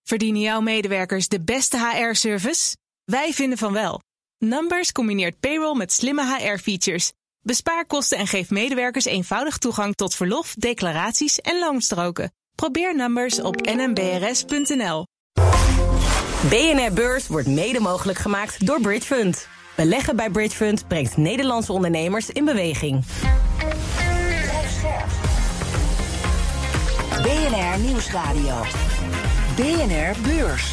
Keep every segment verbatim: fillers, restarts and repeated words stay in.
Verdienen jouw medewerkers de beste H R-service? Wij vinden van wel. Numbers combineert payroll met slimme H R-features. Bespaar kosten en geef medewerkers eenvoudig toegang tot verlof, declaraties en loonstroken. Probeer Numbers op n m b r s punt n l. B N R Beurs wordt mede mogelijk gemaakt door Bridge Fund. Beleggen bij Bridge Fund brengt Nederlandse ondernemers in beweging. B N R Nieuwsradio. B N R Beurs.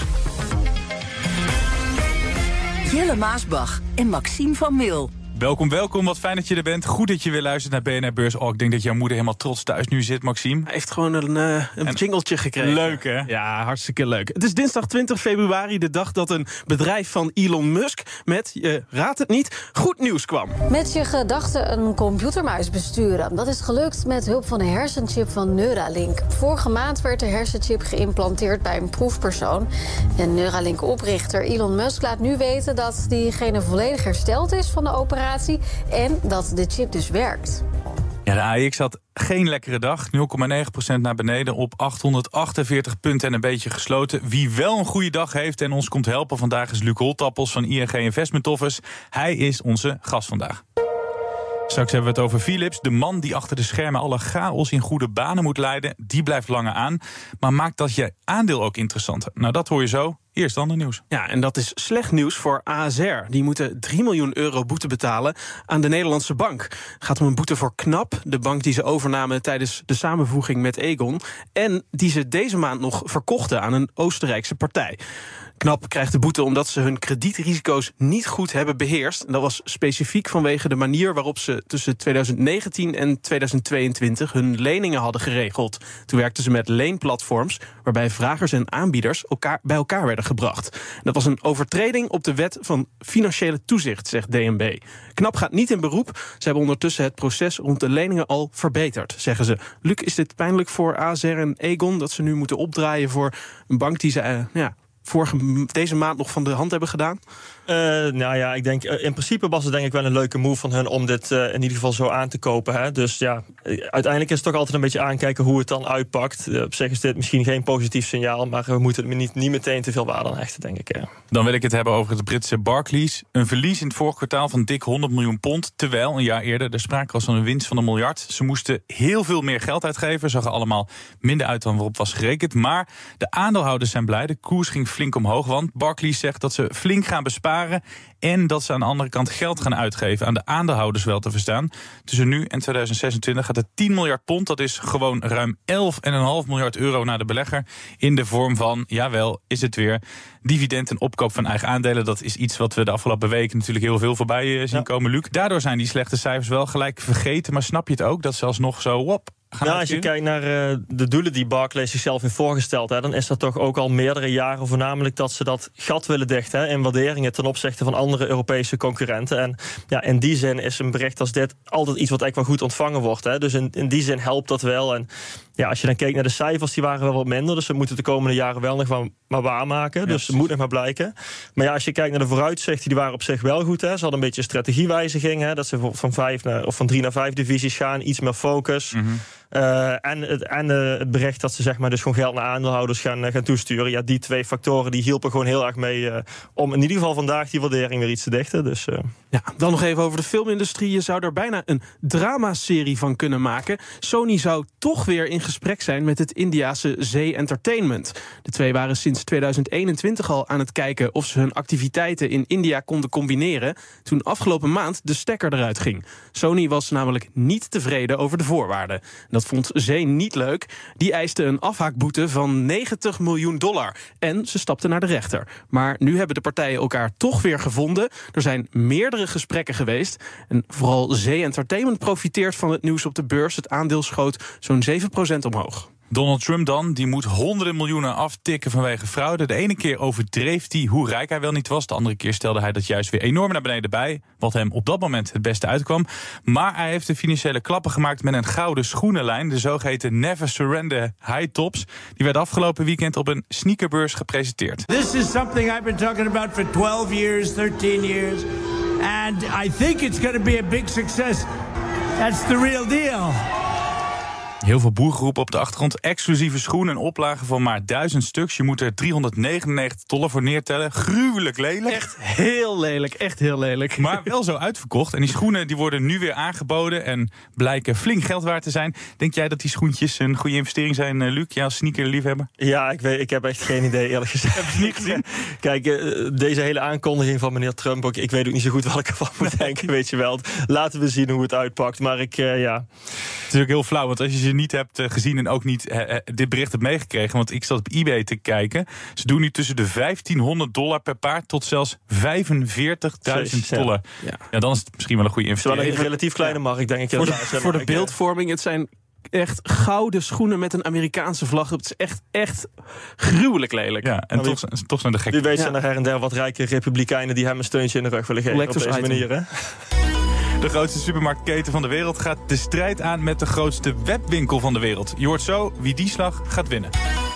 Jelle Maasbach en Maxime van Mil. Welkom, welkom. Wat fijn dat je er bent. Goed dat je weer luistert naar B N R Beurs. Oh, ik denk dat jouw moeder helemaal trots thuis nu zit, Maxime. Hij heeft gewoon een, uh, een en jingletje gekregen. Leuk, hè? Ja, hartstikke leuk. Het is dinsdag twintig februari, de dag dat een bedrijf van Elon Musk met, je raadt het niet, goed nieuws kwam. Met je gedachten een computermuis besturen. Dat is gelukt met hulp van de hersenchip van Neuralink. Vorige maand werd de hersenchip geïmplanteerd bij een proefpersoon. En Neuralink-oprichter Elon Musk laat nu weten dat diegene volledig hersteld is van de operatie en dat de chip dus werkt. Ja, de A X had geen lekkere dag. nul komma negen procent naar beneden op achthonderdachtenveertig punten en een beetje gesloten. Wie wel een goede dag heeft en ons komt helpen vandaag is Luc Holtappels van I N G Investment Office. Hij is onze gast vandaag. Straks hebben we het over Philips, de man die achter de schermen alle chaos in goede banen moet leiden. Die blijft langer aan, maar maakt dat je aandeel ook interessanter? Nou, dat hoor je zo. Eerst ander nieuws. Ja, en dat is slecht nieuws voor A S R. Die moeten drie miljoen euro boete betalen aan de Nederlandse bank. Het gaat om een boete voor Knap, de bank die ze overnamen tijdens de samenvoeging met Aegon, en die ze deze maand nog verkochten aan een Oostenrijkse partij. Knap krijgt de boete omdat ze hun kredietrisico's niet goed hebben beheerst. En dat was specifiek vanwege de manier waarop ze tussen twintig negentien en twintig tweeëntwintig hun leningen hadden geregeld. Toen werkten ze met leenplatforms waarbij vragers en aanbieders elkaar bij elkaar werden gebracht. Dat was een overtreding op de wet van financiële toezicht, zegt D N B. Knap gaat niet in beroep. Ze hebben ondertussen het proces rond de leningen al verbeterd, zeggen ze. Luc, is dit pijnlijk voor A S R en Aegon dat ze nu moeten opdraaien voor een bank die ze uh, ja, vorige, deze maand nog van de hand hebben gedaan? Uh, nou ja, ik denk, uh, in principe was het denk ik wel een leuke move van hun om dit uh, in ieder geval zo aan te kopen. Hè? Dus ja, uiteindelijk is het toch altijd een beetje aankijken hoe het dan uitpakt. Uh, op zich is dit misschien geen positief signaal, maar we moeten er niet, niet meteen te veel waarde aan hechten, denk ik. Ja. Dan wil ik het hebben over het Britse Barclays. Een verlies in het vorige kwartaal van dik honderd miljoen pond, terwijl een jaar eerder er sprake was van een winst van een miljard. Ze moesten heel veel meer geld uitgeven, zag er allemaal minder uit dan waarop was gerekend. Maar de aandeelhouders zijn blij, de koers ging flink omhoog, want Barclays zegt dat ze flink gaan besparen en dat ze aan de andere kant geld gaan uitgeven, aan de aandeelhouders wel te verstaan. Tussen nu en twintig zesentwintig gaat het tien miljard pond. Dat is gewoon ruim elf komma vijf miljard euro naar de belegger. In de vorm van, jawel, is het weer dividend en opkoop van eigen aandelen. Dat is iets wat we de afgelopen weken natuurlijk heel veel voorbij zien ja. komen, Luc. Daardoor zijn die slechte cijfers wel gelijk vergeten. Maar snap je het ook, dat ze alsnog zo, wop, Nou, als je kijkt naar uh, de doelen die Barclays zichzelf heeft voorgesteld, hè, dan is dat toch ook al meerdere jaren voornamelijk dat ze dat gat willen dichten hè, in waarderingen ten opzichte van andere Europese concurrenten. En ja, in die zin is een bericht als dit altijd iets wat echt wel goed ontvangen wordt. Hè. Dus in, in die zin helpt dat wel. En ja, als je dan kijkt naar de cijfers, die waren wel wat minder. Dus we moeten de komende jaren wel nog maar, maar waarmaken. Ja, dus het moet nog maar blijken. Maar ja, als je kijkt naar de vooruitzichten, die waren op zich wel goed. Hè. Ze hadden een beetje een strategiewijziging. Hè, dat ze van, vijf naar, of van drie naar vijf divisies gaan. Iets meer focus. Mm-hmm. Uh, en het, en uh, het bericht dat ze zeg maar, dus gewoon geld naar aandeelhouders gaan, uh, gaan toesturen. Ja, die twee factoren die hielpen gewoon heel erg mee uh, om in ieder geval vandaag die waardering weer iets te dichten. Dus, uh. ja, dan nog even over de filmindustrie. Je zou er bijna een dramaserie van kunnen maken. Sony zou toch weer in gesprek zijn met het Indiase Zee Entertainment. De twee waren sinds tweeduizend eenentwintig al aan het kijken of ze hun activiteiten in India konden combineren, toen afgelopen maand de stekker eruit ging. Sony was namelijk niet tevreden over de voorwaarden. Dat vond Zee niet leuk. Die eiste een afhaakboete van negentig miljoen dollar. En ze stapte naar de rechter. Maar nu hebben de partijen elkaar toch weer gevonden. Er zijn meerdere gesprekken geweest. En vooral Zee Entertainment profiteert van het nieuws op de beurs. Het aandeel schoot zo'n zeven procent omhoog. Donald Trump dan, die moet honderden miljoenen aftikken vanwege fraude. De ene keer overdreef hij hoe rijk hij wel niet was. De andere keer stelde hij dat juist weer enorm naar beneden bij, wat hem op dat moment het beste uitkwam. Maar hij heeft de financiële klappen gemaakt met een gouden schoenenlijn, de zogeheten Never Surrender High Tops. Die werd afgelopen weekend op een sneakerbeurs gepresenteerd. This is something I've been talking about for twelve years, thirteen years. And I think it's going to be a big success. That's the real deal. Heel veel boergeroepen op de achtergrond. Exclusieve schoenen, een oplage van maar duizend stuks. Je moet er driehonderdnegenennegentig dollar voor neertellen. Gruwelijk lelijk. Echt heel lelijk, echt heel lelijk. Maar wel zo uitverkocht. En die schoenen die worden nu weer aangeboden en blijken flink geld waard te zijn. Denk jij dat die schoentjes een goede investering zijn, Luc? Jij als sneakerliefhebber? Ja, ik, weet, ik heb echt geen idee, eerlijk gezegd. Heb je niet gezien? Kijk, uh, deze hele aankondiging van meneer Trump, ook, ik weet ook niet zo goed wat ik ervan moet denken, weet je wel. Laten we zien hoe het uitpakt. Maar ik, uh, ja... Het is ook heel flauw, want als je ze niet hebt uh, gezien en ook niet uh, dit bericht hebt meegekregen, want ik zat op eBay te kijken. Ze doen nu tussen de vijftienhonderd dollar per paar tot zelfs vijfenveertigduizend dollar. Ja. Ja, dan is het misschien wel een goede investering. Het is wel een relatief kleine markt, denk ik. Voor de, voor de beeldvorming, het zijn echt gouden schoenen met een Amerikaanse vlag. Het is echt, echt gruwelijk lelijk. Ja, en toch, wie, toch zijn de gekke. Wie weet zijn er her en der wat rijke republikeinen die hem een steuntje in de rug willen geven op deze item. manier, hè? De grootste supermarktketen van de wereld gaat de strijd aan met de grootste webwinkel van de wereld. Je hoort zo wie die slag gaat winnen.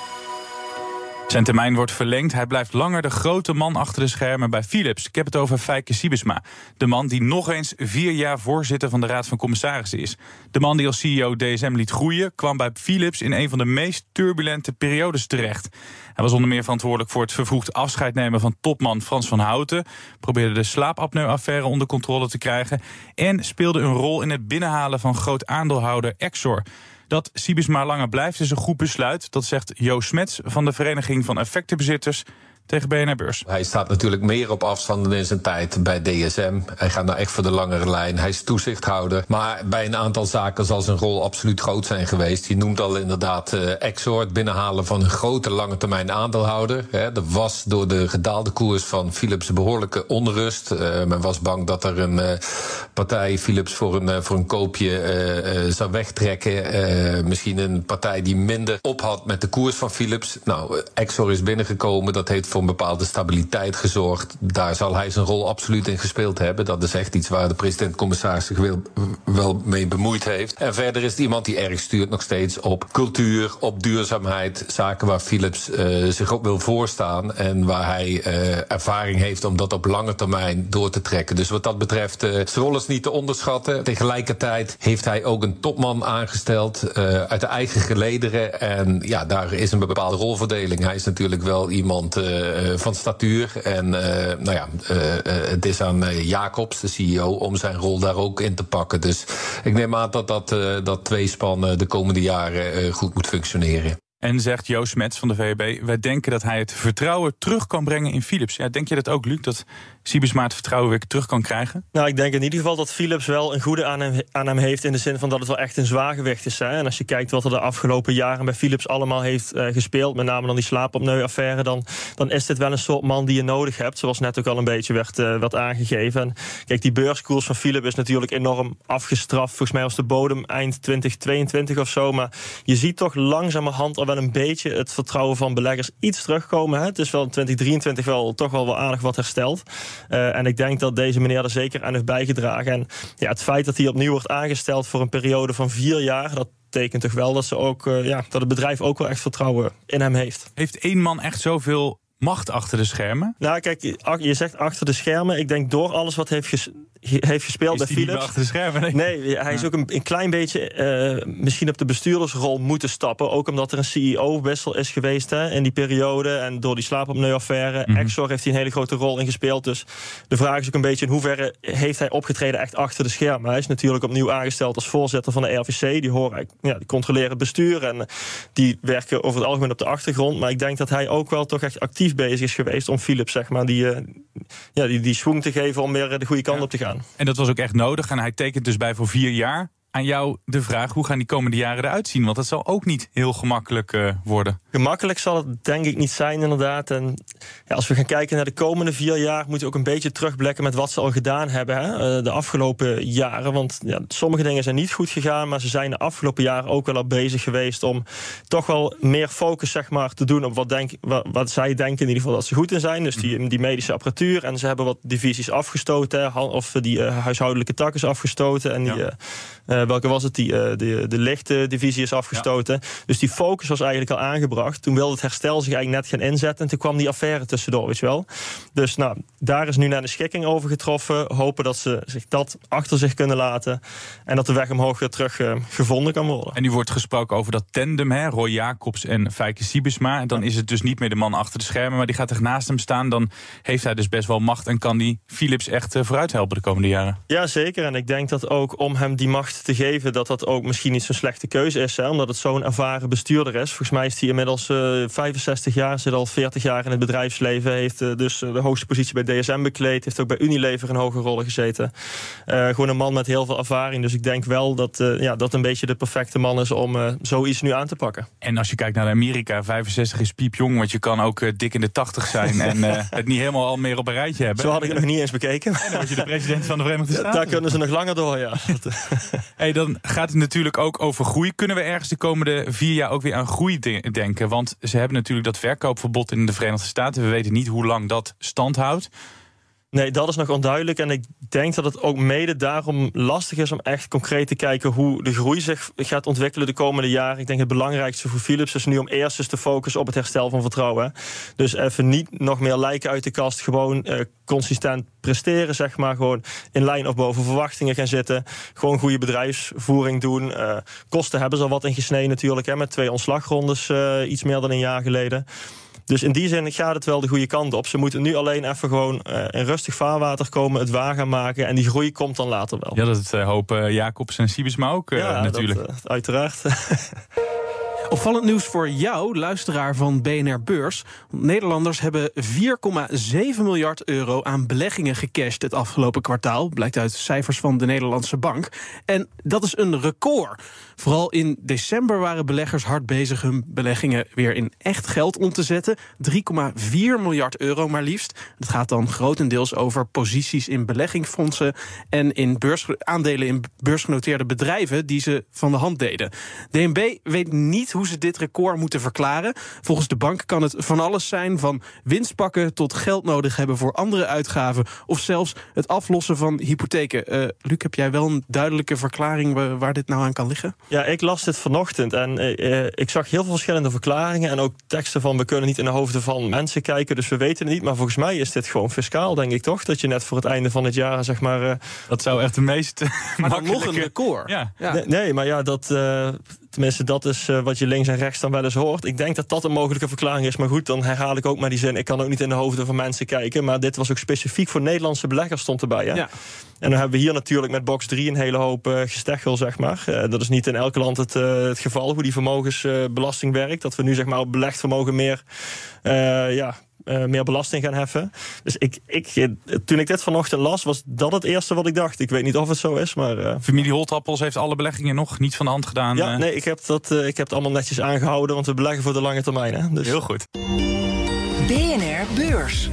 Zijn termijn wordt verlengd. Hij blijft langer de grote man achter de schermen bij Philips. Ik heb het over Feike Sijbesma. De man die nog eens vier jaar voorzitter van de Raad van Commissarissen is. De man die als C E O D S M liet groeien, kwam bij Philips in een van de meest turbulente periodes terecht. Hij was onder meer verantwoordelijk voor het vervroegd afscheid nemen van topman Frans van Houten, probeerde de slaapapneu-affaire onder controle te krijgen en speelde een rol in het binnenhalen van groot aandeelhouder Exor. Dat Sijbesma langer blijft is een goed besluit. Dat zegt Joost Smets van de Vereniging van Effectenbezitters tegen B N R Beurs. Hij staat natuurlijk meer op afstand dan in zijn tijd bij D S M. Hij gaat nou echt voor de langere lijn. Hij is toezichthouder. Maar bij een aantal zaken zal zijn rol absoluut groot zijn geweest. Je noemt al inderdaad uh, Exor, het binnenhalen van een grote lange termijn aandeelhouder. He, er was door de gedaalde koers van Philips behoorlijke onrust. Uh, men was bang dat er een uh, partij Philips voor een, uh, voor een koopje uh, uh, zou wegtrekken. Uh, misschien een partij die minder op had met de koers van Philips. Nou, uh, Exor is binnengekomen. Dat heeft voor een bepaalde stabiliteit gezorgd. Daar zal hij zijn rol absoluut in gespeeld hebben. Dat is echt iets waar de president-commissaris zich wel, wel mee bemoeid heeft. En verder is het iemand die erg stuurt nog steeds op cultuur, op duurzaamheid. Zaken waar Philips uh, zich op wil voorstaan en waar hij uh, ervaring heeft om dat op lange termijn door te trekken. Dus wat dat betreft, uh, zijn rol is niet te onderschatten. Tegelijkertijd heeft hij ook een topman aangesteld uh, uit de eigen gelederen. En ja, daar is een bepaalde rolverdeling. Hij is natuurlijk wel iemand uh, van statuur. En uh, nou ja, uh, uh, het is aan uh, Jacobs, de C E O, om zijn rol daar ook in te pakken. Dus ik neem aan dat dat, uh, dat tweespan uh, de komende jaren uh, goed moet functioneren. En zegt Joost Smets van de V E B, wij denken dat hij het vertrouwen terug kan brengen in Philips. Ja, denk je dat ook, Luc, dat Sijbesma het vertrouwen weer terug kan krijgen? Nou, ik denk in ieder geval dat Philips wel een goede aan hem, aan hem heeft in de zin van dat het wel echt een zwaargewicht is. Hè? En als je kijkt wat er de afgelopen jaren bij Philips allemaal heeft uh, gespeeld, met name dan die slaapapneu-affaire, dan, dan is dit wel een soort man die je nodig hebt, zoals net ook al een beetje werd, uh, werd aangegeven. En kijk, die beurskoers van Philips is natuurlijk enorm afgestraft. Volgens mij was de bodem eind twintig tweeëntwintig of zo, maar je ziet toch langzamerhand al wel een beetje het vertrouwen van beleggers iets terugkomen. Hè? Het is wel in twintig drieëntwintig wel toch wel, wel aardig wat hersteld. Uh, en ik denk dat deze meneer er zeker aan heeft bijgedragen. En ja, het feit dat hij opnieuw wordt aangesteld voor een periode van vier jaar, dat betekent toch wel dat, ze ook, uh, ja, dat het bedrijf ook wel echt vertrouwen in hem heeft. Heeft één man echt zoveel macht achter de schermen? Nou, kijk, je zegt achter de schermen. Ik denk door alles wat heeft, ges- heeft gespeeld is bij Philips. Achter de schermen? Nee, nee hij is ook een, een klein beetje uh, misschien op de bestuurdersrol moeten stappen. Ook omdat er een C E O-wissel is geweest hè, in die periode. En door die slaapapneu-affaire. Mm-hmm. Exor heeft hij een hele grote rol in gespeeld. Dus de vraag is ook een beetje in hoeverre heeft hij opgetreden echt achter de schermen. Hij is natuurlijk opnieuw aangesteld als voorzitter van de R V C. Die, horen, ja, die controleren het bestuur. En die werken over het algemeen op de achtergrond. Maar ik denk dat hij ook wel toch echt actief bezig is geweest om Philips zeg maar, die, uh, ja, die, die schwung te geven om weer de goede kant ja. op te gaan. En dat was ook echt nodig. En hij tekent dus bij voor vier jaar. Aan jou de vraag, hoe gaan die komende jaren eruit zien? Want dat zal ook niet heel gemakkelijk uh, worden. Gemakkelijk zal het denk ik niet zijn inderdaad. En ja, als we gaan kijken naar de komende vier jaar, moeten we ook een beetje terugblikken met wat ze al gedaan hebben hè, de afgelopen jaren. Want ja, sommige dingen zijn niet goed gegaan, maar ze zijn de afgelopen jaren ook wel al bezig geweest om toch wel meer focus zeg maar, te doen op wat, denk, wat, wat zij denken in ieder geval dat ze goed in zijn. Dus die, die medische apparatuur. En ze hebben wat divisies afgestoten, of die uh, huishoudelijke tak is afgestoten. En die ja. uh, welke was het? Die, uh, de, de lichtdivisie is afgestoten. Ja. Dus die focus was eigenlijk al aangebracht. Toen wilde het herstel zich eigenlijk net gaan inzetten. En toen kwam die affaire tussendoor, weet je wel. Dus nou, daar is nu naar de schikking over getroffen. Hopen dat ze zich dat achter zich kunnen laten. En dat de weg omhoog weer terug uh, gevonden kan worden. En nu wordt gesproken over dat tandem, hè? Roy Jacobs en Fijke Siebesma. Dan is het dus niet meer de man achter de schermen, maar die gaat er naast hem staan. Dan heeft hij dus best wel macht en kan die Philips echt uh, vooruit helpen de komende jaren. Ja, zeker. En ik denk dat ook om hem die macht te geven, dat dat ook misschien niet zo'n slechte keuze is. Hè? Omdat het zo'n ervaren bestuurder is. Volgens mij is hij inmiddels uh, vijfenzestig jaar, zit al veertig jaar in het bedrijfsleven. Heeft uh, dus de hoogste positie bij D S M bekleed. Heeft ook bij Unilever in hoge rollen gezeten. Uh, gewoon een man met heel veel ervaring. Dus ik denk wel dat uh, ja, dat een beetje de perfecte man is om uh, zoiets nu aan te pakken. En als je kijkt naar Amerika, vijfenzestig is piepjong, want je kan ook uh, dik in de tachtig zijn en uh, het niet helemaal al meer op een rijtje hebben. Zo had ik het nog niet eens bekeken. En dan word je de president van de Verenigde Staten. Daar kunnen ze nog langer door, ja. Hey, dan gaat het natuurlijk ook over groei. Kunnen we ergens de komende vier jaar ook weer aan groei de- denken? Want ze hebben natuurlijk dat verkoopverbod in de Verenigde Staten. We weten niet hoe lang dat stand houdt. Nee, dat is nog onduidelijk. En ik denk dat het ook mede daarom lastig is om echt concreet te kijken hoe de groei zich gaat ontwikkelen de komende jaren. Ik denk het belangrijkste voor Philips is nu om eerst eens te focussen op het herstel van vertrouwen. Dus even niet nog meer lijken uit de kast. Gewoon uh, consistent presteren, zeg maar. Gewoon in lijn of boven verwachtingen gaan zitten. Gewoon goede bedrijfsvoering doen. Uh, kosten hebben ze al wat in gesneden natuurlijk. Hè, met twee ontslagrondes uh, iets meer dan een jaar geleden. Dus in die zin gaat het wel de goede kant op. Ze moeten nu alleen even gewoon uh, in rustig vaarwater komen, het waar gaan maken. En die groei komt dan later wel. Ja, dat uh, hopen Jacobs en Siebesma ook uh, ja, natuurlijk. Dat, uh, uiteraard. Opvallend nieuws voor jou, luisteraar van B N R Beurs. Nederlanders hebben vier komma zeven miljard euro aan beleggingen gecashed het afgelopen kwartaal. Blijkt uit cijfers van de Nederlandse Bank. En dat is een record. Vooral in december waren beleggers hard bezig hun beleggingen weer in echt geld om te zetten. drie komma vier miljard euro maar liefst. Het gaat dan grotendeels over posities in beleggingsfondsen en in beurs, aandelen in beursgenoteerde bedrijven die ze van de hand deden. D N B weet niet hoe ze dit record moeten verklaren. Volgens de bank kan het van alles zijn, van winst pakken tot geld nodig hebben voor andere uitgaven of zelfs het aflossen van hypotheken. Uh, Luc, heb jij wel een duidelijke verklaring waar, waar dit nou aan kan liggen? Ja, ik las dit vanochtend en uh, ik zag heel veel verschillende verklaringen en ook teksten van we kunnen niet in de hoofden van mensen kijken, dus we weten het niet. Maar volgens mij is dit gewoon fiscaal, denk ik toch? Dat je net voor het einde van het jaar, zeg maar... Uh, dat zou echt de meest maar dan nog een record. Ja. Ja. Nee, nee, maar ja, dat... Uh, Tenminste, dat is uh, wat je links en rechts dan wel eens hoort. Ik denk dat dat een mogelijke verklaring is. Maar goed, dan herhaal ik ook maar die zin. Ik kan ook niet in de hoofden van mensen kijken. Maar dit was ook specifiek voor Nederlandse beleggers stond erbij. Hè? Ja. En dan hebben we hier natuurlijk met box drie een hele hoop uh, gesteggel, zeg maar. Uh, dat is niet in elk land het, uh, het geval, hoe die vermogensbelasting uh, werkt. Dat we nu zeg maar op belegd vermogen meer... Uh, ja, Uh, meer belasting gaan heffen. Dus ik, ik, toen ik dit vanochtend las, was dat het eerste wat ik dacht. Ik weet niet of het zo is, maar... Uh... Familie Holtappels heeft alle beleggingen nog niet van de hand gedaan. Ja, uh... nee, ik heb, dat, uh, ik heb het allemaal netjes aangehouden, want we beleggen voor de lange termijn. Hè? Dus... Heel goed. B N R Beurs.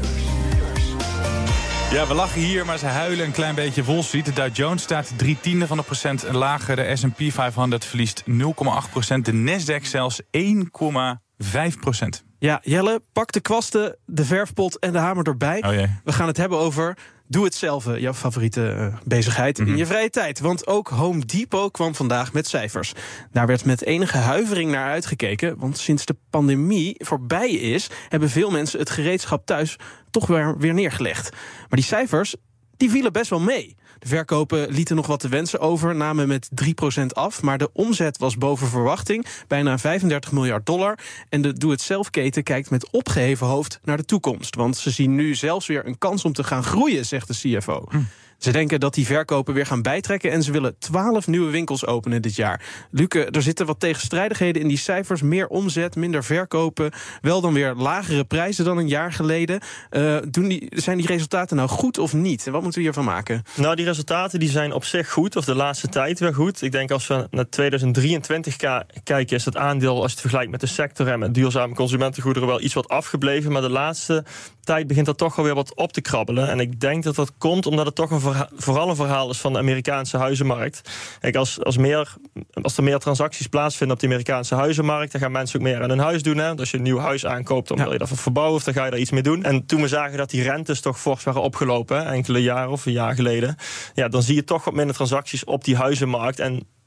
Ja, we lachen hier, maar ze huilen een klein beetje. Wall Street, de Dow Jones staat drie tiende van een procent lager. De S en P vijfhonderd verliest nul komma acht procent. De Nasdaq zelfs één komma vijf procent. Ja, Jelle, pak de kwasten, de verfpot en de hamer erbij. Oh jee. We gaan het hebben over doe het zelf, jouw favoriete uh, bezigheid mm-hmm. in je vrije tijd. Want ook Home Depot kwam vandaag met cijfers. Daar werd met enige huivering naar uitgekeken. Want sinds de pandemie voorbij is, hebben veel mensen het gereedschap thuis toch weer, weer neergelegd. Maar die cijfers, die vielen best wel mee. De verkopen lieten nog wat te wensen over, namen met drie procent af. Maar de omzet was boven verwachting, bijna vijfendertig miljard dollar. En de doe-het-zelf-keten kijkt met opgeheven hoofd naar de toekomst. Want ze zien nu zelfs weer een kans om te gaan groeien, zegt de C F O. Hm. Ze denken dat die verkopen weer gaan bijtrekken en ze willen twaalf nieuwe winkels openen dit jaar. Luke, er zitten wat tegenstrijdigheden in die cijfers. Meer omzet, minder verkopen. Wel dan weer lagere prijzen dan een jaar geleden. Uh, doen die, zijn die resultaten nou goed of niet? En wat moeten we hiervan maken? Nou, die resultaten die zijn op zich goed, of de laatste tijd weer goed. Ik denk als we naar tweeduizend drieëntwintig ka- kijken, is het aandeel, als je het vergelijkt met de sector en met duurzame consumentengoederen, wel iets wat afgebleven. Maar de laatste tijd begint dat toch alweer wat op te krabbelen. En ik denk dat dat komt omdat het toch een verha- vooral een verhaal is van de Amerikaanse huizenmarkt. Kijk, als, als, meer, als er meer transacties plaatsvinden op de Amerikaanse huizenmarkt, dan gaan mensen ook meer aan hun huis doen. Hè? Als je een nieuw huis aankoopt, dan ja. wil je dat verbouwen of dan ga je daar iets mee doen. En toen we zagen dat die rentes toch fors waren opgelopen, hè, enkele jaren of een jaar geleden, ja, dan zie je toch wat minder transacties op die huizenmarkt. En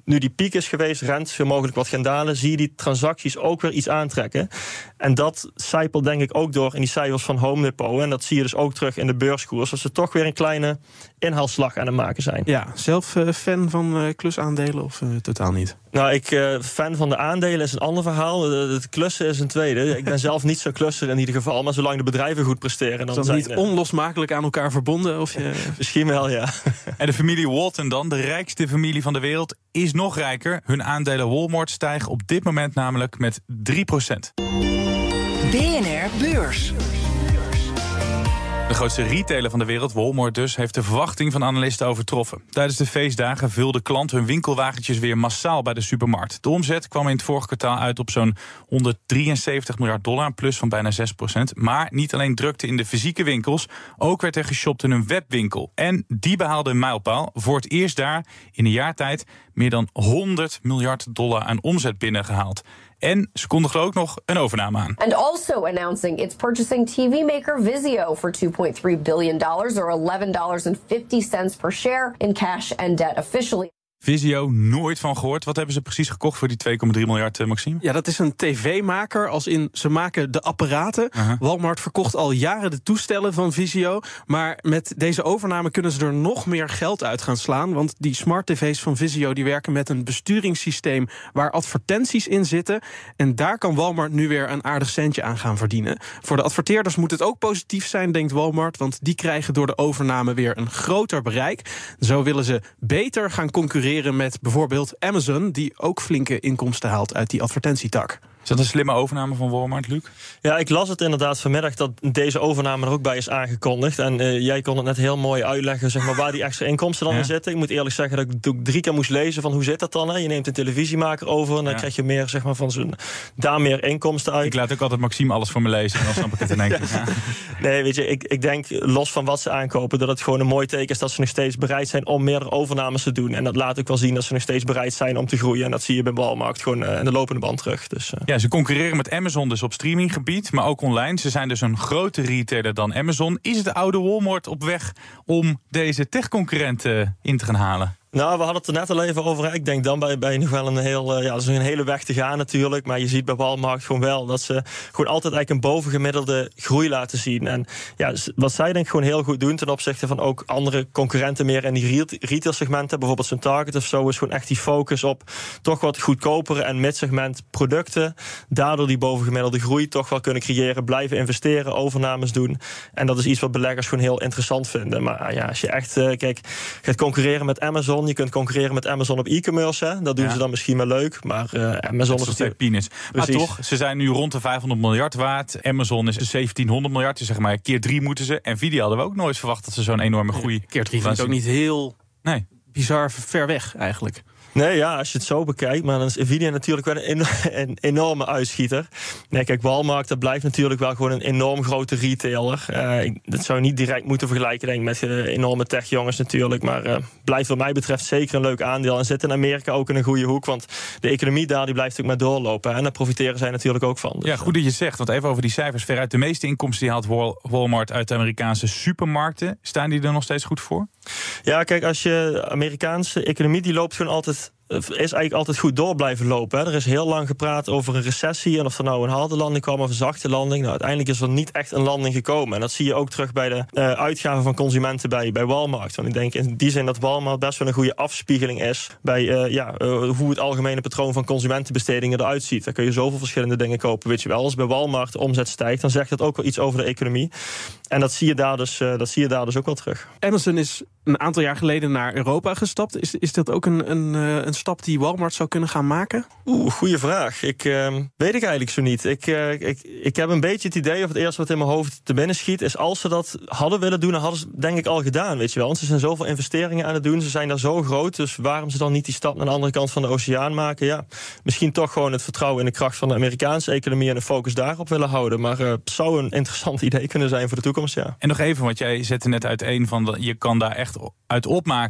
nu die piek is geweest, rente veel mogelijk wat gaan dalen, zie je die transacties ook weer iets aantrekken. En dat zijpelt denk ik ook door in die cijfers van Home Depot. En dat zie je dus ook terug in de beurskoers. Dat ze toch weer een kleine inhaalslag aan het maken zijn. Ja, zelf uh, fan van uh, klusaandelen of uh, totaal niet? Nou, ik uh, fan van de aandelen is een ander verhaal. Het klussen is een tweede. Ik ben zelf niet zo'n klusser in ieder geval. Maar zolang de bedrijven goed presteren... dan is dat zijn niet onlosmakelijk aan elkaar verbonden? Of je... Misschien wel, ja. En de familie Walton dan, de rijkste familie van de wereld, is nog rijker. Hun aandelen Walmart stijgen op dit moment namelijk met drie procent. B N R Beurs. De grootste retailer van de wereld, Walmart dus, heeft de verwachting van analisten overtroffen. Tijdens de feestdagen vulden klanten hun winkelwagentjes weer massaal bij de supermarkt. De omzet kwam in het vorige kwartaal uit op zo'n honderddrieënzeventig miljard dollar, een plus van bijna zes procent. Maar niet alleen drukte in de fysieke winkels, ook werd er geshopt in een webwinkel. En die behaalde een mijlpaal. Voor het eerst daar in een jaar tijd meer dan honderd miljard dollar aan omzet binnengehaald. En ze kondigden ook nog een overname aan. And also announcing it's purchasing T V-maker Vizio for two point three billion dollars or eleven dollars and fifty cents per share in cash and debt officially. Vizio, nooit van gehoord. Wat hebben ze precies gekocht voor die twee komma drie miljard, Maxime? Ja, dat is een tv-maker, als in ze maken de apparaten. Uh-huh. Walmart verkocht al jaren de toestellen van Vizio. Maar met deze overname kunnen ze er nog meer geld uit gaan slaan. Want die smart tv's van Vizio die werken met een besturingssysteem waar advertenties in zitten. En daar kan Walmart nu weer een aardig centje aan gaan verdienen. Voor de adverteerders moet het ook positief zijn, denkt Walmart. Want die krijgen door de overname weer een groter bereik. Zo willen ze beter gaan concurreren met bijvoorbeeld Amazon, die ook flinke inkomsten haalt uit die advertentietak. Is dat een slimme overname van Walmart, Luc? Ja, ik las het inderdaad vanmiddag dat deze overname er ook bij is aangekondigd. En uh, jij kon het net heel mooi uitleggen, zeg maar, waar die extra inkomsten dan ja. in zitten. Ik moet eerlijk zeggen dat ik ook drie keer moest lezen van hoe zit dat dan? Hè? Je neemt een televisiemaker over en dan ja. krijg je meer, zeg maar, van zo'n, daar meer inkomsten uit. Ik laat ook altijd Maxime alles voor me lezen en dan snap ik het in één keer. Ja. Nee, weet je, ik, ik denk los van wat ze aankopen, dat het gewoon een mooi teken is dat ze nog steeds bereid zijn om meerdere overnames te doen. En dat laat ook wel zien dat ze nog steeds bereid zijn om te groeien. En dat zie je bij Walmart gewoon uh, in de lopende band terug. Dus, uh. Ja, ze concurreren met Amazon dus op streaminggebied, maar ook online. Ze zijn dus een grotere retailer dan Amazon. Is het oude Walmart op weg om deze tech-concurrenten in te gaan halen? Nou, we hadden het er net al even over. Ik denk dan bij, bij nog wel een, heel, ja, dat is een hele weg te gaan natuurlijk. Maar je ziet bij Walmart gewoon wel dat ze gewoon altijd eigenlijk een bovengemiddelde groei laten zien. En ja, wat zij denk ik gewoon heel goed doen ten opzichte van ook andere concurrenten meer in die retail-segmenten, bijvoorbeeld zo'n Target of zo, is gewoon echt die focus op toch wat goedkopere en mid-segment producten. Daardoor die bovengemiddelde groei toch wel kunnen creëren, blijven investeren, overnames doen. En dat is iets wat beleggers gewoon heel interessant vinden. Maar ja, als je echt uh, kijk, gaat concurreren met Amazon, je kunt concurreren met Amazon op e-commerce. Hè? Dat doen ja. ze dan misschien wel leuk. Maar uh, Amazon is natuurlijk peanuts. Maar toch, ze zijn nu rond de vijfhonderd miljard waard. Amazon is zeventienhonderd miljard. Dus zeg maar, keer drie moeten ze. Nvidia hadden we ook nooit verwacht dat ze zo'n enorme groei... Keer drie vind ik ook niet heel nee. bizar ver weg eigenlijk. Nee, ja, als je het zo bekijkt. Maar dan is Nvidia natuurlijk wel een, een enorme uitschieter. Nee, kijk, Walmart, dat blijft natuurlijk wel gewoon een enorm grote retailer. Uh, dat zou je niet direct moeten vergelijken, denk ik, met uh, enorme tech-jongens natuurlijk. Maar uh, blijft wat mij betreft zeker een leuk aandeel. En zit in Amerika ook in een goede hoek. Want de economie daar die blijft ook maar doorlopen. En daar profiteren zij natuurlijk ook van. Dus, ja, goed dat je zegt. Want even over die cijfers. Veruit de meeste inkomsten die haalt Walmart uit de Amerikaanse supermarkten. Staan die er nog steeds goed voor? Ja, kijk, als je Amerikaanse economie, die loopt gewoon altijd... is eigenlijk altijd goed door blijven lopen. Hè. Er is heel lang gepraat over een recessie en of er nou een harde landing kwam of een zachte landing. Nou, uiteindelijk is er niet echt een landing gekomen. En dat zie je ook terug bij de uh, uitgaven van consumenten bij, bij Walmart. Want ik denk in die zin dat Walmart best wel een goede afspiegeling is bij uh, ja, uh, hoe het algemene patroon van consumentenbestedingen eruit ziet. Daar kun je zoveel verschillende dingen kopen. Weet je wel, als bij Walmart de omzet stijgt, dan zegt dat ook wel iets over de economie. En dat zie je daar dus, uh, dat zie je daar dus ook wel terug. Amazon is een aantal jaar geleden naar Europa gestapt. Is, is dat ook een, een, een stap die Walmart zou kunnen gaan maken? Oeh, goede vraag. Ik uh, weet ik eigenlijk zo niet. Ik, uh, ik, ik heb een beetje het idee, of het eerste wat in mijn hoofd te binnen schiet, is als ze dat hadden willen doen, dan hadden ze denk ik al gedaan, weet je wel. Want ze zijn zoveel investeringen aan het doen, ze zijn daar zo groot, dus waarom ze dan niet die stap naar de andere kant van de oceaan maken? Ja, misschien toch gewoon het vertrouwen in de kracht van de Amerikaanse economie en de focus daarop willen houden. Maar uh, het zou een interessant idee kunnen zijn voor de toekomst, ja. En nog even, want jij zette net uiteen van, je kan daar echt uit opmaken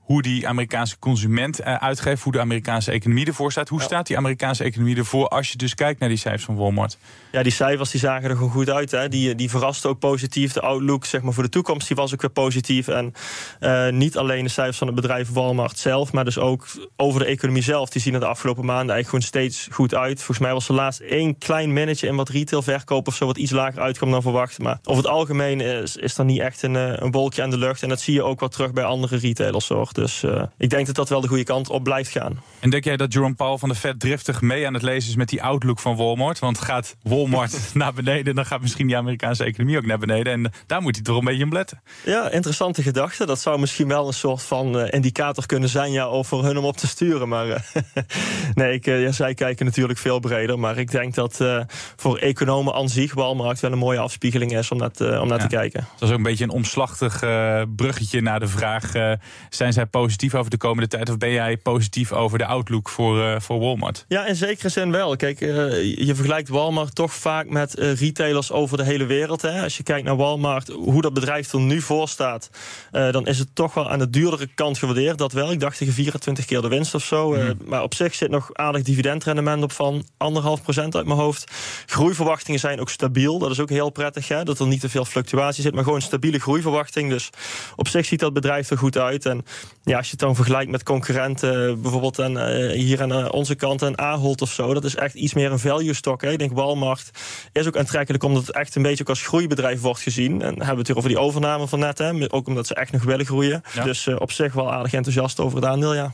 hoe die Amerikaanse consument uh, uitgeeft, hoe de Amerikaanse economie ervoor staat. Hoe ja. staat die Amerikaanse economie ervoor als je dus kijkt naar die cijfers van Walmart? Ja, die cijfers die zagen er gewoon goed uit. Hè. Die, die verrasten ook positief. De outlook zeg maar, voor de toekomst die was ook weer positief. En uh, niet alleen de cijfers van het bedrijf Walmart zelf, maar dus ook over de economie zelf. Die zien er de afgelopen maanden eigenlijk gewoon steeds goed uit. Volgens mij was er laatst één klein minnetje in wat retailverkoop of zo, wat iets lager uitkwam dan verwacht. Maar over het algemeen is, is er niet echt een, een wolkje aan de lucht. En dat zie je ook wel terug bij andere retailers. Hoor. Dus uh, ik denk dat dat wel de goede kant op blijft gaan. En denk jij dat Jerome Powell van de Fed driftig mee aan het lezen is met die outlook van Walmart? Want gaat Walmart naar beneden, dan gaat misschien die Amerikaanse economie ook naar beneden. En daar moet hij toch een beetje in letten. Ja, interessante gedachte. Dat zou misschien wel een soort van uh, indicator kunnen zijn ja, of voor hun om op te sturen. Maar uh, nee, ik, uh, ja, zij kijken natuurlijk veel breder. Maar ik denk dat uh, voor economen aan zich Walmart wel een mooie afspiegeling is om naar, te, om naar ja. te kijken. Dat is ook een beetje een omslachtig uh, bruggetje naar de vraag, uh, zijn zij positief over de komende tijd of ben jij positief over de outlook voor, uh, voor Walmart? Ja, in zekere zin wel. Kijk, uh, je vergelijkt Walmart toch vaak met uh, retailers over de hele wereld. Hè. Als je kijkt naar Walmart, hoe dat bedrijf er nu voor staat, uh, dan is het toch wel aan de duurdere kant gewaardeerd. Dat wel. Ik dacht tegen vierentwintig keer de winst of zo. Uh, mm. Maar op zich zit nog aardig dividendrendement op van anderhalf procent uit mijn hoofd. Groeiverwachtingen zijn ook stabiel. Dat is ook heel prettig, hè, dat er niet te veel fluctuatie zit, maar gewoon stabiele groeiverwachting. Dus op zich ziet dat bedrijf er goed uit. En ja, als je het dan vergelijkt met concurrenten, bijvoorbeeld aan, uh, hier aan uh, onze kant, een Ahold of zo, dat is echt iets meer een value stock. Hè. Ik denk Walmart is ook aantrekkelijk omdat het echt een beetje ook als groeibedrijf wordt gezien. En hebben we het hier over die overname van net, hè, ook omdat ze echt nog willen groeien. Ja. Dus uh, op zich wel aardig enthousiast over het aandeel, ja.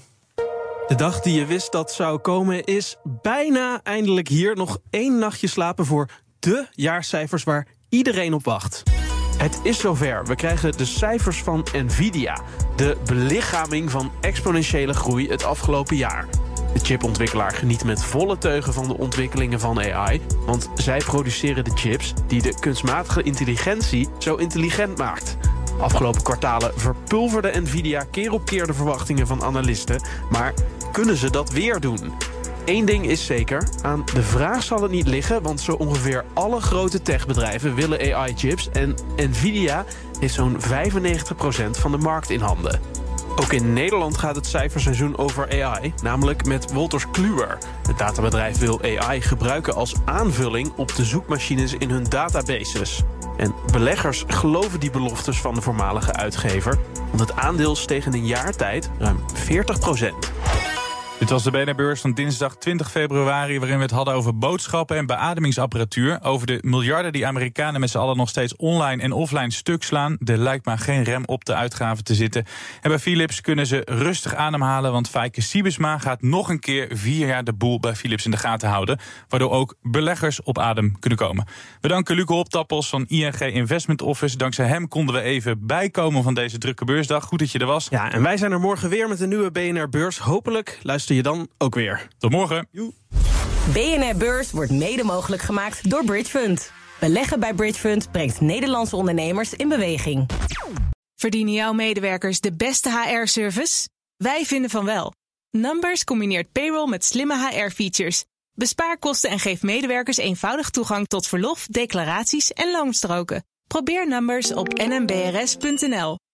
De dag die je wist dat zou komen is bijna eindelijk hier. Nog één nachtje slapen voor de jaarcijfers waar iedereen op wacht. Het is zover. We krijgen de cijfers van Nvidia. De belichaming van exponentiële groei het afgelopen jaar. De chipontwikkelaar geniet met volle teugen van de ontwikkelingen van A I. Want zij produceren de chips die de kunstmatige intelligentie zo intelligent maakt. Afgelopen kwartalen verpulverde Nvidia keer op keer de verwachtingen van analisten. Maar kunnen ze dat weer doen? Eén ding is zeker, aan de vraag zal het niet liggen, want zo ongeveer alle grote techbedrijven willen A I-chips en Nvidia heeft zo'n vijfennegentig procent van de markt in handen. Ook in Nederland gaat het cijferseizoen over A I, namelijk met Wolters Kluwer. Het databedrijf wil A I gebruiken als aanvulling op de zoekmachines in hun databases. En beleggers geloven die beloftes van de voormalige uitgever, want het aandeel steeg in een jaar tijd ruim veertig procent. Dit was de B N R-beurs van dinsdag twintig februari... waarin we het hadden over boodschappen en beademingsapparatuur. Over de miljarden die Amerikanen met z'n allen nog steeds online en offline stuk slaan. Er lijkt maar geen rem op de uitgaven te zitten. En bij Philips kunnen ze rustig ademhalen... want Fijke Siebesma gaat nog een keer vier jaar de boel bij Philips in de gaten houden. Waardoor ook beleggers op adem kunnen komen. We danken Luco Optappels van I N G Investment Office. Dankzij hem konden we even bijkomen van deze drukke beursdag. Goed dat je er was. Ja, en wij zijn er morgen weer met een nieuwe B N R-beurs. Hopelijk luister je dan ook weer. Tot morgen. Joe. B N R Beurs wordt mede mogelijk gemaakt door Bridge Fund. Beleggen bij Bridge Fund brengt Nederlandse ondernemers in beweging. Verdienen jouw medewerkers de beste H R-service? Wij vinden van wel. Numbers combineert payroll met slimme H R-features. Bespaar kosten en geef medewerkers eenvoudig toegang tot verlof, declaraties en loonstroken. Probeer Numbers op n m b r s punt n l.